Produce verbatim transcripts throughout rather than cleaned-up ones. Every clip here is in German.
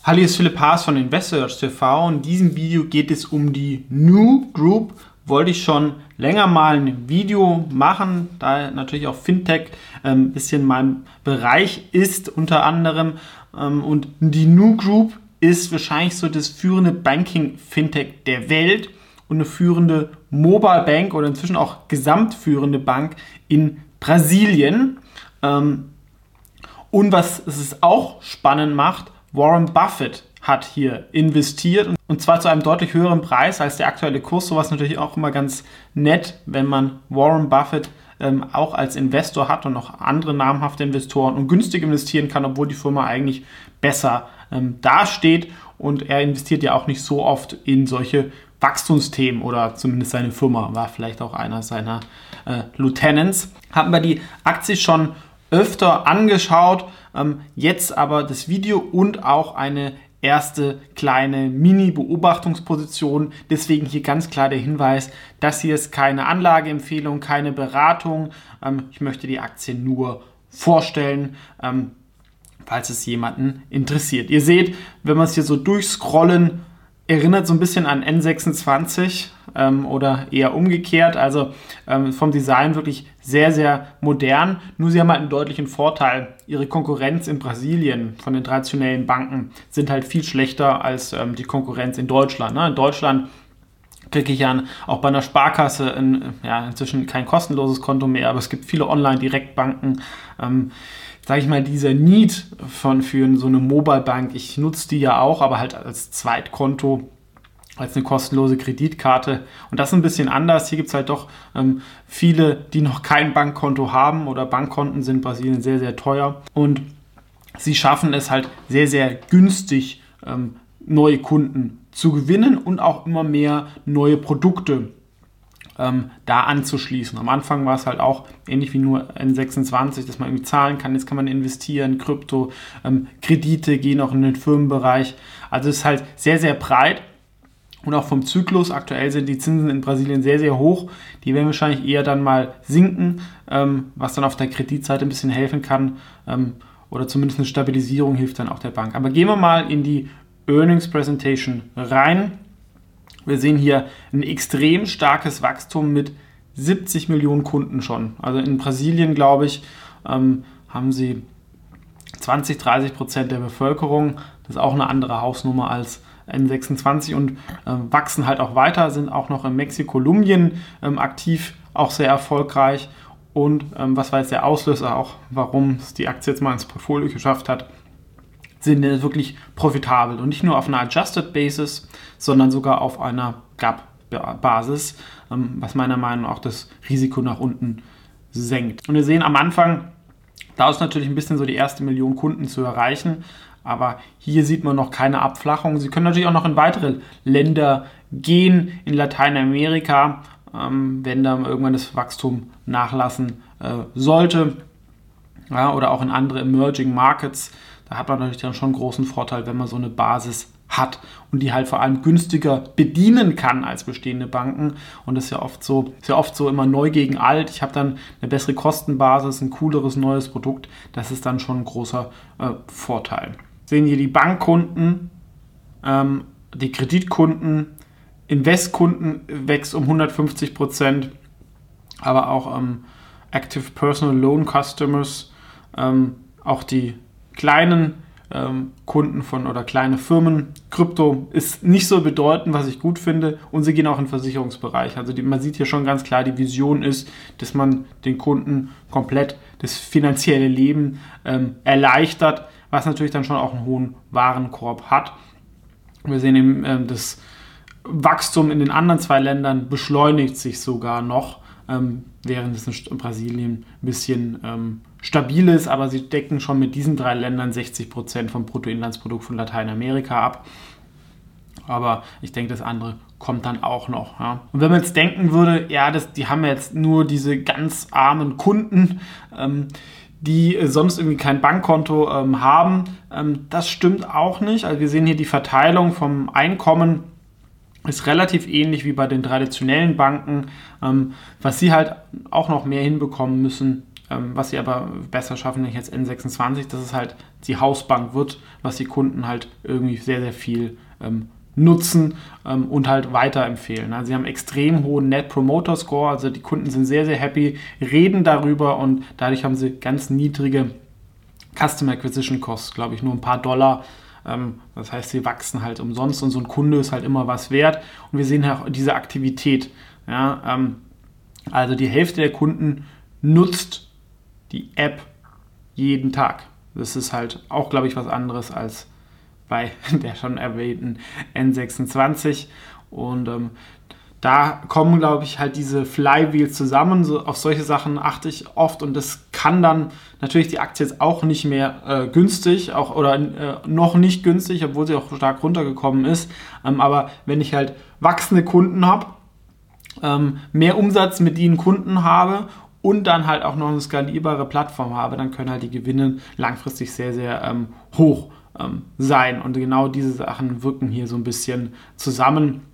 Hallo, hier ist Philipp Haas von Investors T V und in diesem Video geht es um die New Group. Wollte ich schon länger mal ein Video machen, da natürlich auch Fintech ein ähm, bisschen mein Bereich ist unter anderem. Ähm, und die New Group ist wahrscheinlich so das führende Banking-Fintech der Welt und eine führende Mobile Bank oder inzwischen auch gesamtführende Bank in Brasilien. Ähm, und was es auch spannend macht, Warren Buffett hat hier investiert und zwar zu einem deutlich höheren Preis als der aktuelle Kurs. Sowas natürlich auch immer ganz nett, wenn man Warren Buffett ähm, auch als Investor hat und noch andere namhafte Investoren und günstig investieren kann, obwohl die Firma eigentlich besser ähm, dasteht. Und er investiert ja auch nicht so oft in solche Wachstumsthemen oder zumindest seine Firma war vielleicht auch einer seiner äh, Lieutenants. Haben wir die Aktie schon öfter angeschaut, ähm, jetzt aber das Video und auch eine erste kleine Mini-Beobachtungsposition. Deswegen hier ganz klar der Hinweis, das hier ist keine Anlageempfehlung, keine Beratung. Ähm, ich möchte die Aktie nur vorstellen, ähm, falls es jemanden interessiert. Ihr seht, wenn wir es hier so durchscrollen, erinnert so ein bisschen an N sechsundzwanzig ähm, oder eher umgekehrt. Also ähm, vom Design wirklich sehr, sehr modern. Nur sie haben halt einen deutlichen Vorteil. Ihre Konkurrenz in Brasilien von den traditionellen Banken sind halt viel schlechter als ähm, die Konkurrenz in Deutschland. Ne? In Deutschland kriege ich ja auch bei einer Sparkasse in, ja, inzwischen kein kostenloses Konto mehr, aber es gibt viele Online-Direktbanken. Ähm, sage ich mal, dieser Need von, für so eine Mobile Bank, ich nutze die ja auch, aber halt als Zweitkonto, als eine kostenlose Kreditkarte. Und das ist ein bisschen anders. Hier gibt es halt doch ähm, viele, die noch kein Bankkonto haben oder Bankkonten sind in Brasilien sehr, sehr teuer. Und sie schaffen es halt sehr, sehr günstig, ähm, neue Kunden zu gewinnen und auch immer mehr neue Produkte Ähm, da anzuschließen. Am Anfang war es halt auch ähnlich wie nur N sechsundzwanzig, dass man irgendwie zahlen kann. Jetzt kann man investieren, Krypto, ähm, Kredite gehen auch in den Firmenbereich. Also es ist halt sehr, sehr breit und auch vom Zyklus. Aktuell sind die Zinsen in Brasilien sehr, sehr hoch. Die werden wahrscheinlich eher dann mal sinken, ähm, was dann auf der Kreditseite ein bisschen helfen kann ähm, oder zumindest eine Stabilisierung hilft dann auch der Bank. Aber gehen wir mal in die Earnings Presentation rein. Wir sehen hier ein extrem starkes Wachstum mit siebzig Millionen Kunden schon. Also in Brasilien, glaube ich, ähm, haben sie zwanzig, dreißig Prozent der Bevölkerung. Das ist auch eine andere Hausnummer als N sechsundzwanzig und ähm, wachsen halt auch weiter, sind auch noch in Mexiko, Kolumbien ähm, aktiv, auch sehr erfolgreich. Und ähm, was war jetzt der Auslöser auch, warum es die Aktie jetzt mal ins Portfolio geschafft hat, sind wirklich profitabel und nicht nur auf einer Adjusted Basis, sondern sogar auf einer G A P-Basis, was meiner Meinung nach auch das Risiko nach unten senkt. Und wir sehen am Anfang, da ist natürlich ein bisschen so die erste Million Kunden zu erreichen, aber hier sieht man noch keine Abflachung. Sie können natürlich auch noch in weitere Länder gehen, in Lateinamerika, wenn da irgendwann das Wachstum nachlassen sollte, ja, oder auch in andere Emerging Markets. Da hat man natürlich dann schon einen großen Vorteil, wenn man so eine Basis hat und die halt vor allem günstiger bedienen kann als bestehende Banken. Und das ist ja oft so, ist ja oft so immer neu gegen alt. Ich habe dann eine bessere Kostenbasis, ein cooleres neues Produkt. Das ist dann schon ein großer äh, Vorteil. Sehen hier die Bankkunden, ähm, die Kreditkunden, Investkunden wächst um hundertfünfzig Prozent, aber auch ähm, Active Personal Loan Customers, ähm, auch die kleinen ähm, Kunden von oder kleine Firmen. Krypto ist nicht so bedeutend, was ich gut finde, und sie gehen auch in den Versicherungsbereich. Also die, man sieht hier schon ganz klar, die Vision ist, dass man den Kunden komplett das finanzielle Leben ähm, erleichtert, was natürlich dann schon auch einen hohen Warenkorb hat. Wir sehen eben, ähm, das Wachstum in den anderen zwei Ländern beschleunigt sich sogar noch, ähm, während es in Brasilien ein bisschen ähm, stabil ist, aber sie decken schon mit diesen drei Ländern sechzig Prozent vom Bruttoinlandsprodukt von Lateinamerika ab. Aber ich denke, das andere kommt dann auch noch. Ja. Und wenn man jetzt denken würde, ja, das, die haben jetzt nur diese ganz armen Kunden, ähm, die äh, sonst irgendwie kein Bankkonto ähm, haben, ähm, das stimmt auch nicht. Also wir sehen hier die Verteilung vom Einkommen ist relativ ähnlich wie bei den traditionellen Banken, ähm, was sie halt auch noch mehr hinbekommen müssen, ähm, was sie aber besser schaffen, nicht jetzt N sechsundzwanzig, das ist halt die Hausbank wird, was die Kunden halt irgendwie sehr, sehr viel ähm, nutzen ähm, und halt weiterempfehlen. Also sie haben extrem hohen Net Promoter Score, also die Kunden sind sehr, sehr happy, reden darüber und dadurch haben sie ganz niedrige Customer Acquisition Costs, glaube ich, nur ein paar Dollar. Ähm, das heißt, sie wachsen halt umsonst und so ein Kunde ist halt immer was wert. Und wir sehen auch diese Aktivität. Ja, ähm, also die Hälfte der Kunden nutzt die App jeden Tag. Das ist halt auch, glaube ich, was anderes als bei der schon erwähnten N sechsundzwanzig. Und ähm, da kommen, glaube ich, halt diese Flywheels zusammen. So, auf solche Sachen achte ich oft und das kann dann natürlich die Aktie jetzt auch nicht mehr äh, günstig auch, oder äh, noch nicht günstig, obwohl sie auch stark runtergekommen ist. Ähm, aber wenn ich halt wachsende Kunden habe, ähm, mehr Umsatz mit ihnen Kunden habe und dann halt auch noch eine skalierbare Plattform habe, dann können halt die Gewinne langfristig sehr, sehr ähm, hoch ähm, sein. Und genau diese Sachen wirken hier so ein bisschen zusammen.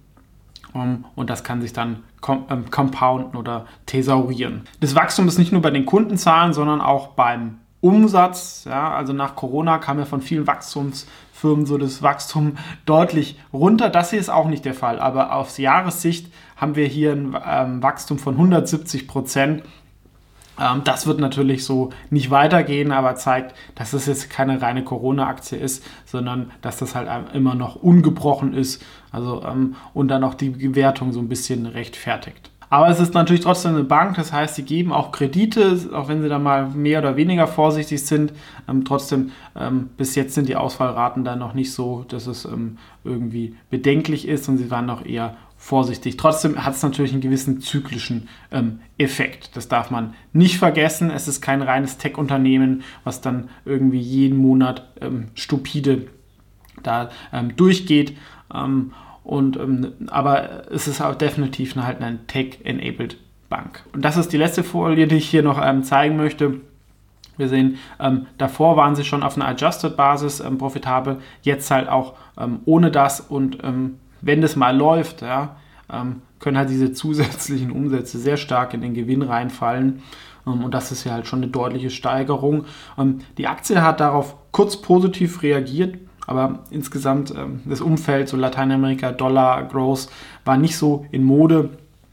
Um, und das kann sich dann com- ähm, compounden oder thesaurieren. Das Wachstum ist nicht nur bei den Kundenzahlen, sondern auch beim Umsatz. Ja, also nach Corona kam ja von vielen Wachstumsfirmen so das Wachstum deutlich runter. Das hier ist auch nicht der Fall, aber auf Jahressicht haben wir hier ein ähm, Wachstum von hundertsiebzig Prozent. Ähm, das wird natürlich so nicht weitergehen, aber zeigt, dass es jetzt keine reine Corona-Aktie ist, sondern dass das halt immer noch ungebrochen ist, also ähm, und dann auch die Bewertung so ein bisschen rechtfertigt. Aber es ist natürlich trotzdem eine Bank, das heißt, sie geben auch Kredite, auch wenn sie da mal mehr oder weniger vorsichtig sind. Ähm, trotzdem, ähm, bis jetzt sind die Ausfallraten da noch nicht so, dass es ähm, irgendwie bedenklich ist und sie waren noch eher vorsichtig. Trotzdem hat es natürlich einen gewissen zyklischen ähm, Effekt. Das darf man nicht vergessen. Es ist kein reines Tech-Unternehmen, was dann irgendwie jeden Monat ähm, stupide da ähm, durchgeht. Ähm, und, ähm, aber es ist auch definitiv eine, halt eine Tech-enabled Bank. Und das ist die letzte Folie, die ich hier noch ähm, zeigen möchte. Wir sehen, ähm, davor waren sie schon auf einer Adjusted-Basis ähm, profitabel, jetzt halt auch ähm, ohne das und ähm, wenn das mal läuft, ja, ähm, können halt diese zusätzlichen Umsätze sehr stark in den Gewinn reinfallen. Ähm, und das ist ja halt schon eine deutliche Steigerung. Ähm, die Aktie hat darauf kurz positiv reagiert, aber insgesamt ähm, das Umfeld, so Lateinamerika, Dollar, Growth, war nicht so in Mode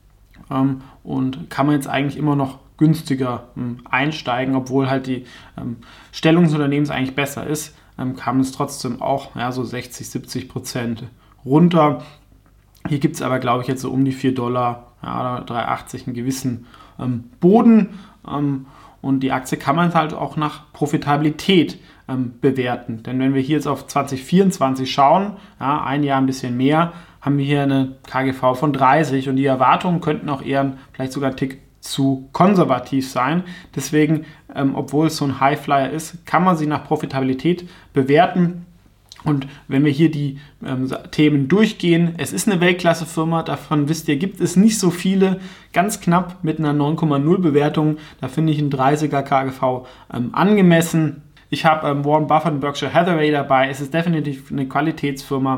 ähm, und kann man jetzt eigentlich immer noch günstiger ähm, einsteigen, obwohl halt die ähm, Stellung des Unternehmens eigentlich besser ist, ähm, kam es trotzdem auch ja, so sechzig, siebzig Prozent runter. Hier gibt es aber, glaube ich, jetzt so um die vier Dollar, ja, drei Komma achtzig, einen gewissen ähm, Boden. Ähm, und die Aktie kann man halt auch nach Profitabilität ähm, bewerten. Denn wenn wir hier jetzt auf zwanzig vierundzwanzig schauen, ja, ein Jahr ein bisschen mehr, haben wir hier eine K G V von dreißig und die Erwartungen könnten auch eher vielleicht sogar einen Tick zu konservativ sein. Deswegen, ähm, obwohl es so ein Highflyer ist, kann man sie nach Profitabilität bewerten. Und wenn wir hier die ähm, Themen durchgehen, es ist eine Weltklasse-Firma, davon wisst ihr, gibt es nicht so viele, ganz knapp mit einer neun Komma null Bewertung, da finde ich ein dreißiger K G V ähm, angemessen. Ich habe ähm, Warren Buffett und Berkshire Hathaway dabei, es ist definitiv eine Qualitätsfirma,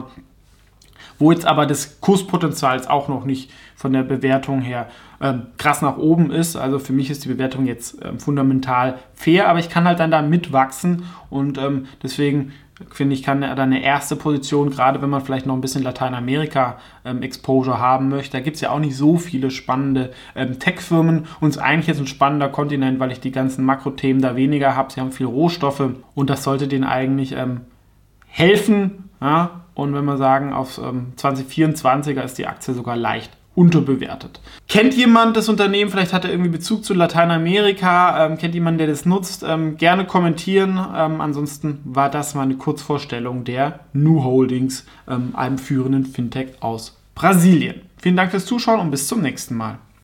wo jetzt aber das Kurspotenzial jetzt auch noch nicht von der Bewertung her ähm, krass nach oben ist. Also für mich ist die Bewertung jetzt ähm, fundamental fair, aber ich kann halt dann da mitwachsen und ähm, deswegen finde ich, kann da eine erste Position, gerade wenn man vielleicht noch ein bisschen Lateinamerika-Exposure ähm, haben möchte, da gibt es ja auch nicht so viele spannende ähm, Tech-Firmen und es ist eigentlich jetzt ein spannender Kontinent, weil ich die ganzen Makrothemen da weniger habe, sie haben viele Rohstoffe und das sollte denen eigentlich ähm, helfen, ja? Und wenn wir sagen, auf ähm, zwanzig vierundzwanziger ist die Aktie sogar leicht unterbewertet. Kennt jemand das Unternehmen? Vielleicht hat er irgendwie Bezug zu Lateinamerika. Ähm, kennt jemand, der das nutzt? Ähm, gerne kommentieren. Ähm, ansonsten war das mal eine Kurzvorstellung der Nu Holdings, ähm, einem führenden Fintech aus Brasilien. Vielen Dank fürs Zuschauen und bis zum nächsten Mal.